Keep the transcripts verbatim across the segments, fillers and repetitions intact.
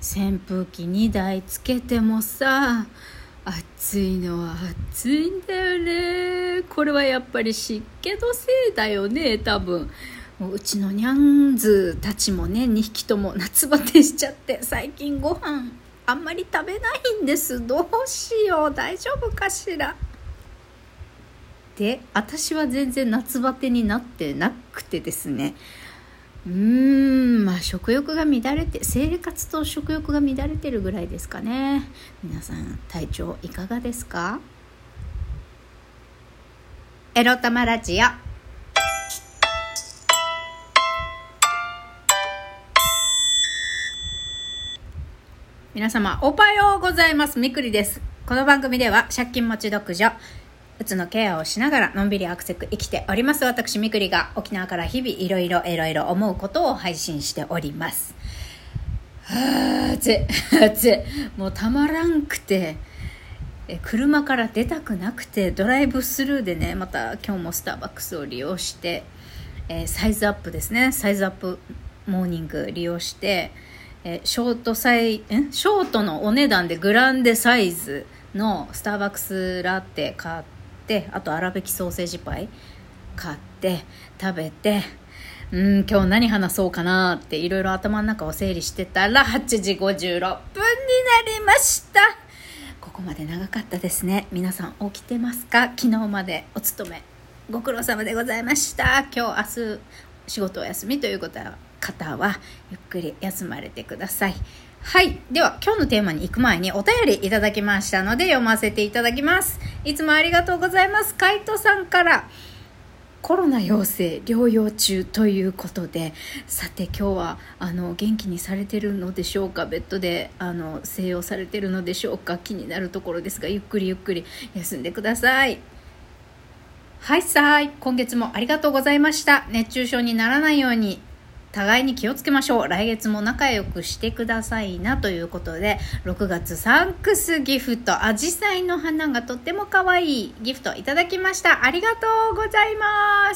扇風機にだいつけてもさ、暑いのは暑いんだよね。これはやっぱり湿気のせいだよね。多分もううちのニャンズたちもね、にひきとも夏バテしちゃって、最近ご飯あんまり食べないんです。どうしよう、大丈夫かしら。で、私は全然夏バテになってなくてですね、うーんまあ食欲が乱れて、生活と食欲が乱れてるぐらいですかね。皆さん体調いかがですか？エロ玉ラジオ。皆様おはようございます。みくりです。この番組では借金持ち独女うつのケアをしながらのんびりアクセク生きております私みくりが、沖縄から日々いろいろいろいろ思うことを配信しております。はあ、暑い暑い、もうたまらんくて、え車から出たくなくて、ドライブスルーでね、また今日もスターバックスを利用して、えー、サイズアップですね、サイズアップモーニング利用して、えショートサイんショートのお値段でグランデサイズのスターバックスラテ買って、あと粗挽きソーセージパイ買って食べて、うん今日何話そうかなっていろいろ頭の中を整理してたらはちじごじゅうろっぷんになりました。ここまで長かったですね。皆さん起きてますか？昨日までお勤めご苦労様でございました。今日明日仕事お休みということは方はゆっくり休まれてください。はい、では今日のテーマに行く前にお便りいただきましたので読ませていただきます。いつもありがとうございます。カイトさんから、コロナ陽性療養中ということで、さて今日はあの元気にされてるのでしょうか？ベッドであの静養されてるのでしょうか？気になるところですが、ゆっくりゆっくり休んでください。はいさい、今月もありがとうございました。熱中症にならないように互いに気をつけましょう。来月も仲良くしてくださいなということで、ろくがつサンクスギフト、アジサイの花がとっても可愛いギフトいただきました。ありがとうございます。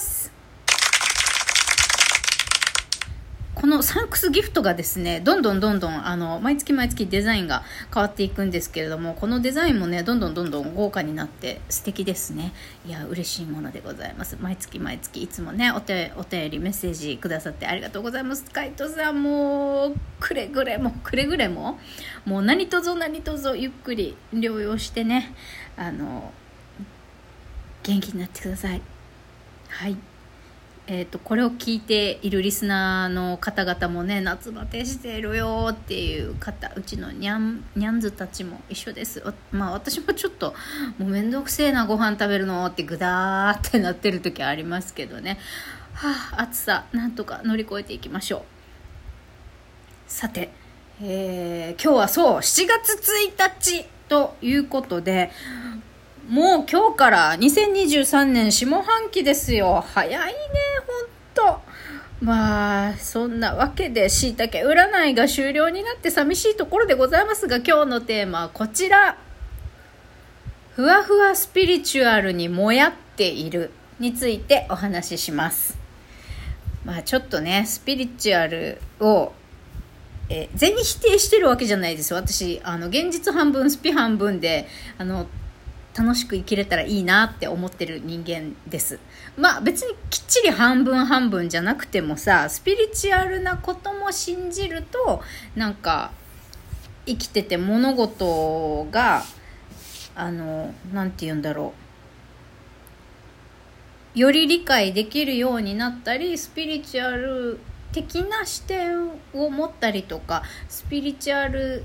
このサンクスギフトがですね、どんどんどんどんあの毎月毎月デザインが変わっていくんですけれども、このデザインもね、どんどんどんどん豪華になって素敵ですね。いや嬉しいものでございます。毎月毎月いつもね、お手お便りメッセージくださってありがとうございます。カイトさんもくれぐれもくれぐれももう何とぞ何とぞゆっくり療養してね、あの元気になってください。はい。えー、とこれを聞いているリスナーの方々もね、夏バテしてるよっていう方、うちのニャンニャンズたちも一緒です。まあ私もちょっともうめんどくせえな、ご飯食べるのってグダーってなってる時ありますけどね、はあ、暑さなんとか乗り越えていきましょう。さて、えー、今日はそうしちがつついたちということで、もう今日からにせんにじゅうさんねん下半期ですよ。早いね、ほんと。まあそんなわけでしいたけ占いが終了になって寂しいところでございますが、今日のテーマはこちら。ふわふわスピリチュアルにもやっているについてお話しします。まあちょっとね、スピリチュアルをえ全否定してるわけじゃないですよ。私あの現実半分スピ半分であの楽しく生きれたらいいなって思ってる人間です。まあ別にきっちり半分半分じゃなくてもさ、スピリチュアルなことも信じると、なんか生きてて物事があのなんて言うんだろう、より理解できるようになったり、スピリチュアル的な視点を持ったりとか、スピリチュアル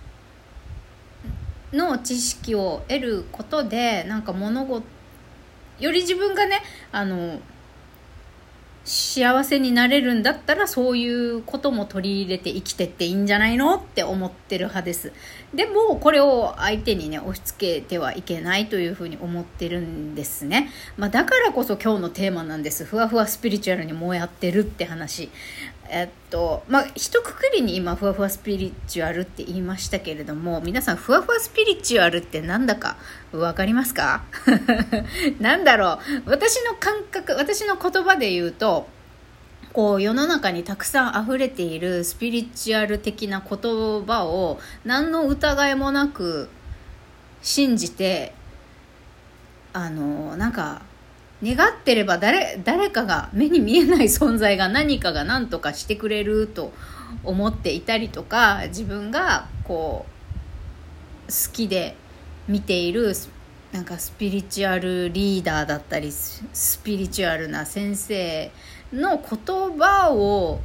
の知識を得ることで、なんか物事より自分がね、あの幸せになれるんだったら、そういうことも取り入れて生きてっていいんじゃないのって思ってる派です。でもこれを相手にね押し付けてはいけないというふうに思ってるんですね。まあ、だからこそ今日のテーマなんです。ふわふわスピリチュアルにもやってるって話。えっとまあ一括りに今ふわふわスピリチュアルって言いましたけれども、皆さんふわふわスピリチュアルってなんだかわかりますか？なんだろう、私の感覚、私の言葉で言うと、 こう世の中にたくさん溢れているスピリチュアル的な言葉を何の疑いもなく信じて、あのなんか願ってれば 誰, 誰かが目に見えない存在が何かが何とかしてくれると思っていたりとか、自分がこう好きで見ているなんかスピリチュアルリーダーだったりスピリチュアルな先生の言葉を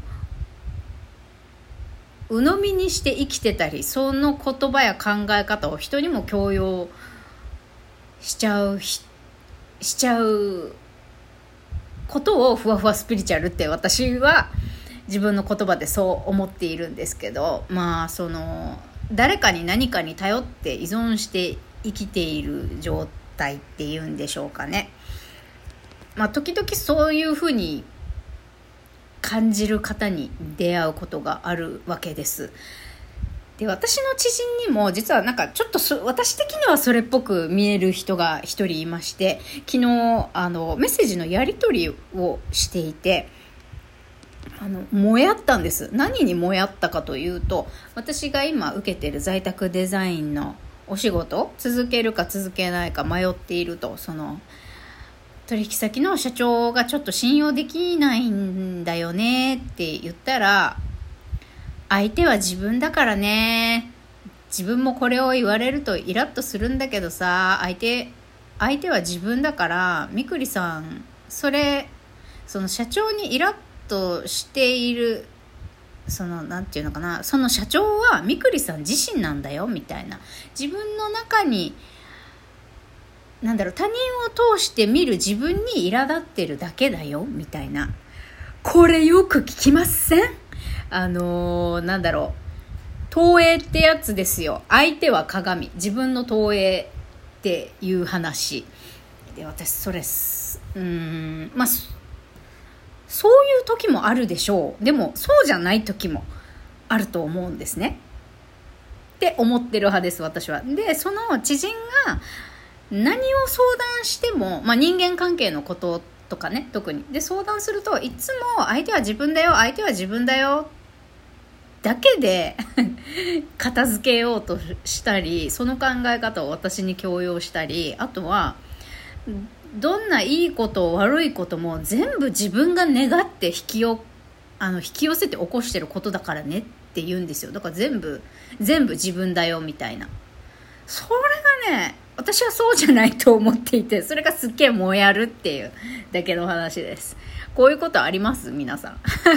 鵜呑みにして生きてたり、その言葉や考え方を人にも強要しちゃうしちゃうことをふわふわスピリチュアルって私は自分の言葉でそう思っているんですけど、まあその誰かに何かに頼って依存して生きている状態っていうんでしょうかね。まあ時々そういうふうに感じる方に出会うことがあるわけです。で、私の知人にも実はなんかちょっと私的にはそれっぽく見える人が一人いまして、昨日あのメッセージのやり取りをしていて、あのもやったんです。何にもやったかというと、私が今受けている在宅デザインのお仕事続けるか続けないか迷っていると、その取引先の社長がちょっと信用できないんだよねって言ったら、相手は自分だからね、自分もこれを言われるとイラッとするんだけどさ、相手相手は自分だから、みくりさんそれその社長にイラッとしている、そのなんていうのかな、その社長はみくりさん自身なんだよみたいな、自分の中になんだろう、他人を通して見る自分に苛立ってるだけだよみたいな。これよく聞きません？あのー、なんだろう、投影ってやつですよ。相手は鏡、自分の投影っていう話で、私それうーんまあそういう時もあるでしょう。でもそうじゃない時もあると思うんですねって思ってる派です、私は。で、その知人が何を相談しても、まあ、人間関係のこととかね、特にで相談するといつも相手は自分だよ相手は自分だよだけで片付けようとしたり、その考え方を私に強要したり、あとはどんないいこと悪いことも全部自分が願って引きよあの引き寄せて起こしてることだからねって言うんですよ。だから全部全部自分だよみたいな。それがね、私はそうじゃないと思っていて、それがすっげえもやるっていうだけの話です。こういうことあります皆さん？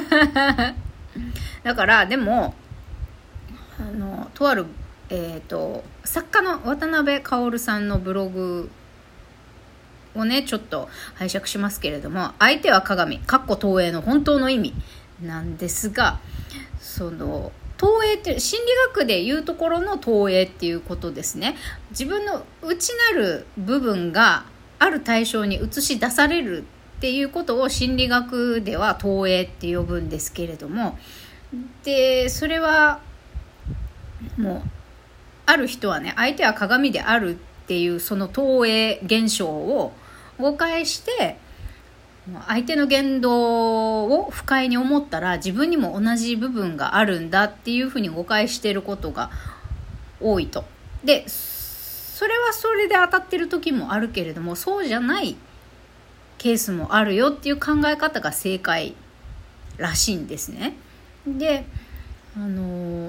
だからでもあのとある、えーと、作家の渡辺薫さんのブログをねちょっと拝借しますけれども、相手は鏡（投影の本当の意味なんですが、その投影って心理学でいうところの投影っていうことですね。自分の内なる部分がある対象に映し出されるっていうことを心理学では投影って呼ぶんですけれども、でそれはもうある人はね、相手は鏡であるっていうその投影現象を誤解して、相手の言動を不快に思ったら自分にも同じ部分があるんだっていうふうに誤解していることが多いと。でそれはそれで当たってる時もあるけれども、そうじゃないケースもあるよっていう考え方が正解らしいんですね。であの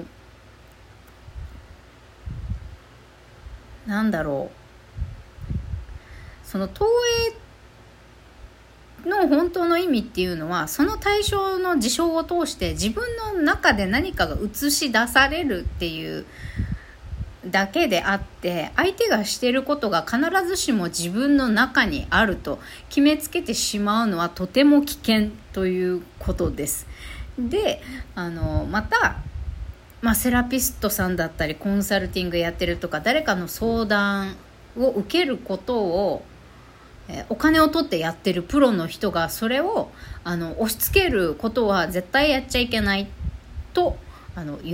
なんだろう、その投影の本当の意味っていうのは、その対象の事象を通して自分の中で何かが映し出されるっていうだけであって、相手がしていることが必ずしも自分の中にあると決めつけてしまうのはとても危険ということです。であのまた、まあ、セラピストさんだったりコンサルティングやってるとか、誰かの相談を受けることをお金を取ってやってるプロの人がそれをあの押し付けることは絶対やっちゃいけないとあの言っ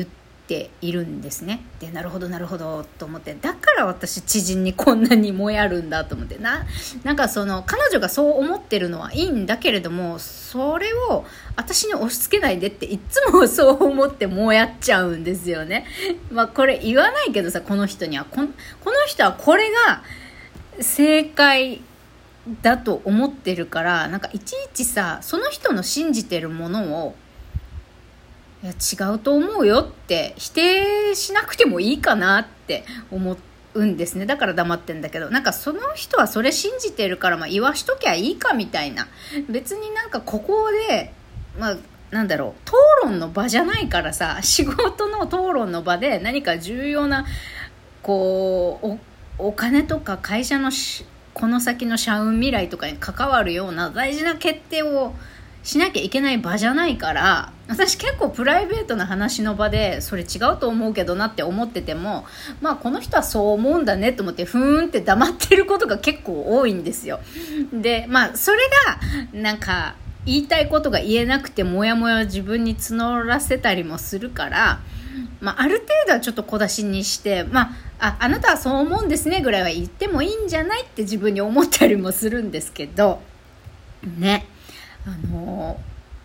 ているんですね。で、なるほどなるほどと思って、だから私知人にこんなにもやるんだと思って、ななんかその彼女がそう思ってるのはいいんだけれども、それを私に押し付けないでっていつもそう思ってもやっちゃうんですよね。まあこれ言わないけどさ、この人にはこの、この人はこれが正解だと思ってるから、なんかいちいちさ、その人の信じてるものをいや違うと思うよって否定しなくてもいいかなって思うんですね。だから黙ってんだけど、なんかその人はそれ信じてるから、まあ言わしときゃいいかみたいな、別になんかここでまあなんだろう、討論の場じゃないからさ、仕事の討論の場で何か重要なこう お, お金とか会社のしこの先の社運未来とかに関わるような大事な決定をしなきゃいけない場じゃないから、私結構プライベートな話の場でそれ違うと思うけどなって思ってても、まあこの人はそう思うんだねと思ってふーんって黙ってることが結構多いんですよ。で、まあそれがなんか言いたいことが言えなくてもやもや自分に募らせたりもするから、まあ、ある程度はちょっと小出しにして、まあ、あ、あなたはそう思うんですねぐらいは言ってもいいんじゃないって自分に思ったりもするんですけどね。あの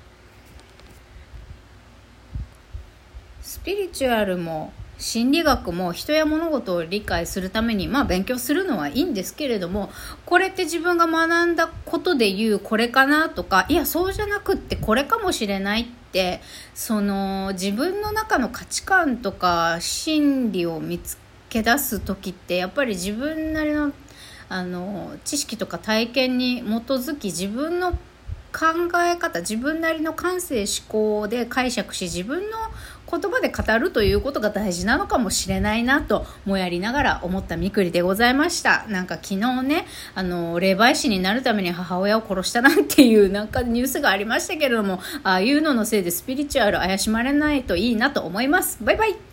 スピリチュアルも心理学も人や物事を理解するために、まあ、勉強するのはいいんですけれども、これって自分が学んだことで言うこれかなとか、いやそうじゃなくってこれかもしれないって、その自分の中の価値観とか心理を見つけ出す時って、やっぱり自分なりの、あの知識とか体験に基づき自分の考え方、自分なりの感性思考で解釈し、自分の言葉で語るということが大事なのかもしれないなともやりながら思ったみくりでございました。なんか昨日ね、あの霊媒師になるために母親を殺したなんていうなんかニュースがありましたけれども、ああいうののせいでスピリチュアル怪しまれないといいなと思います。バイバイ。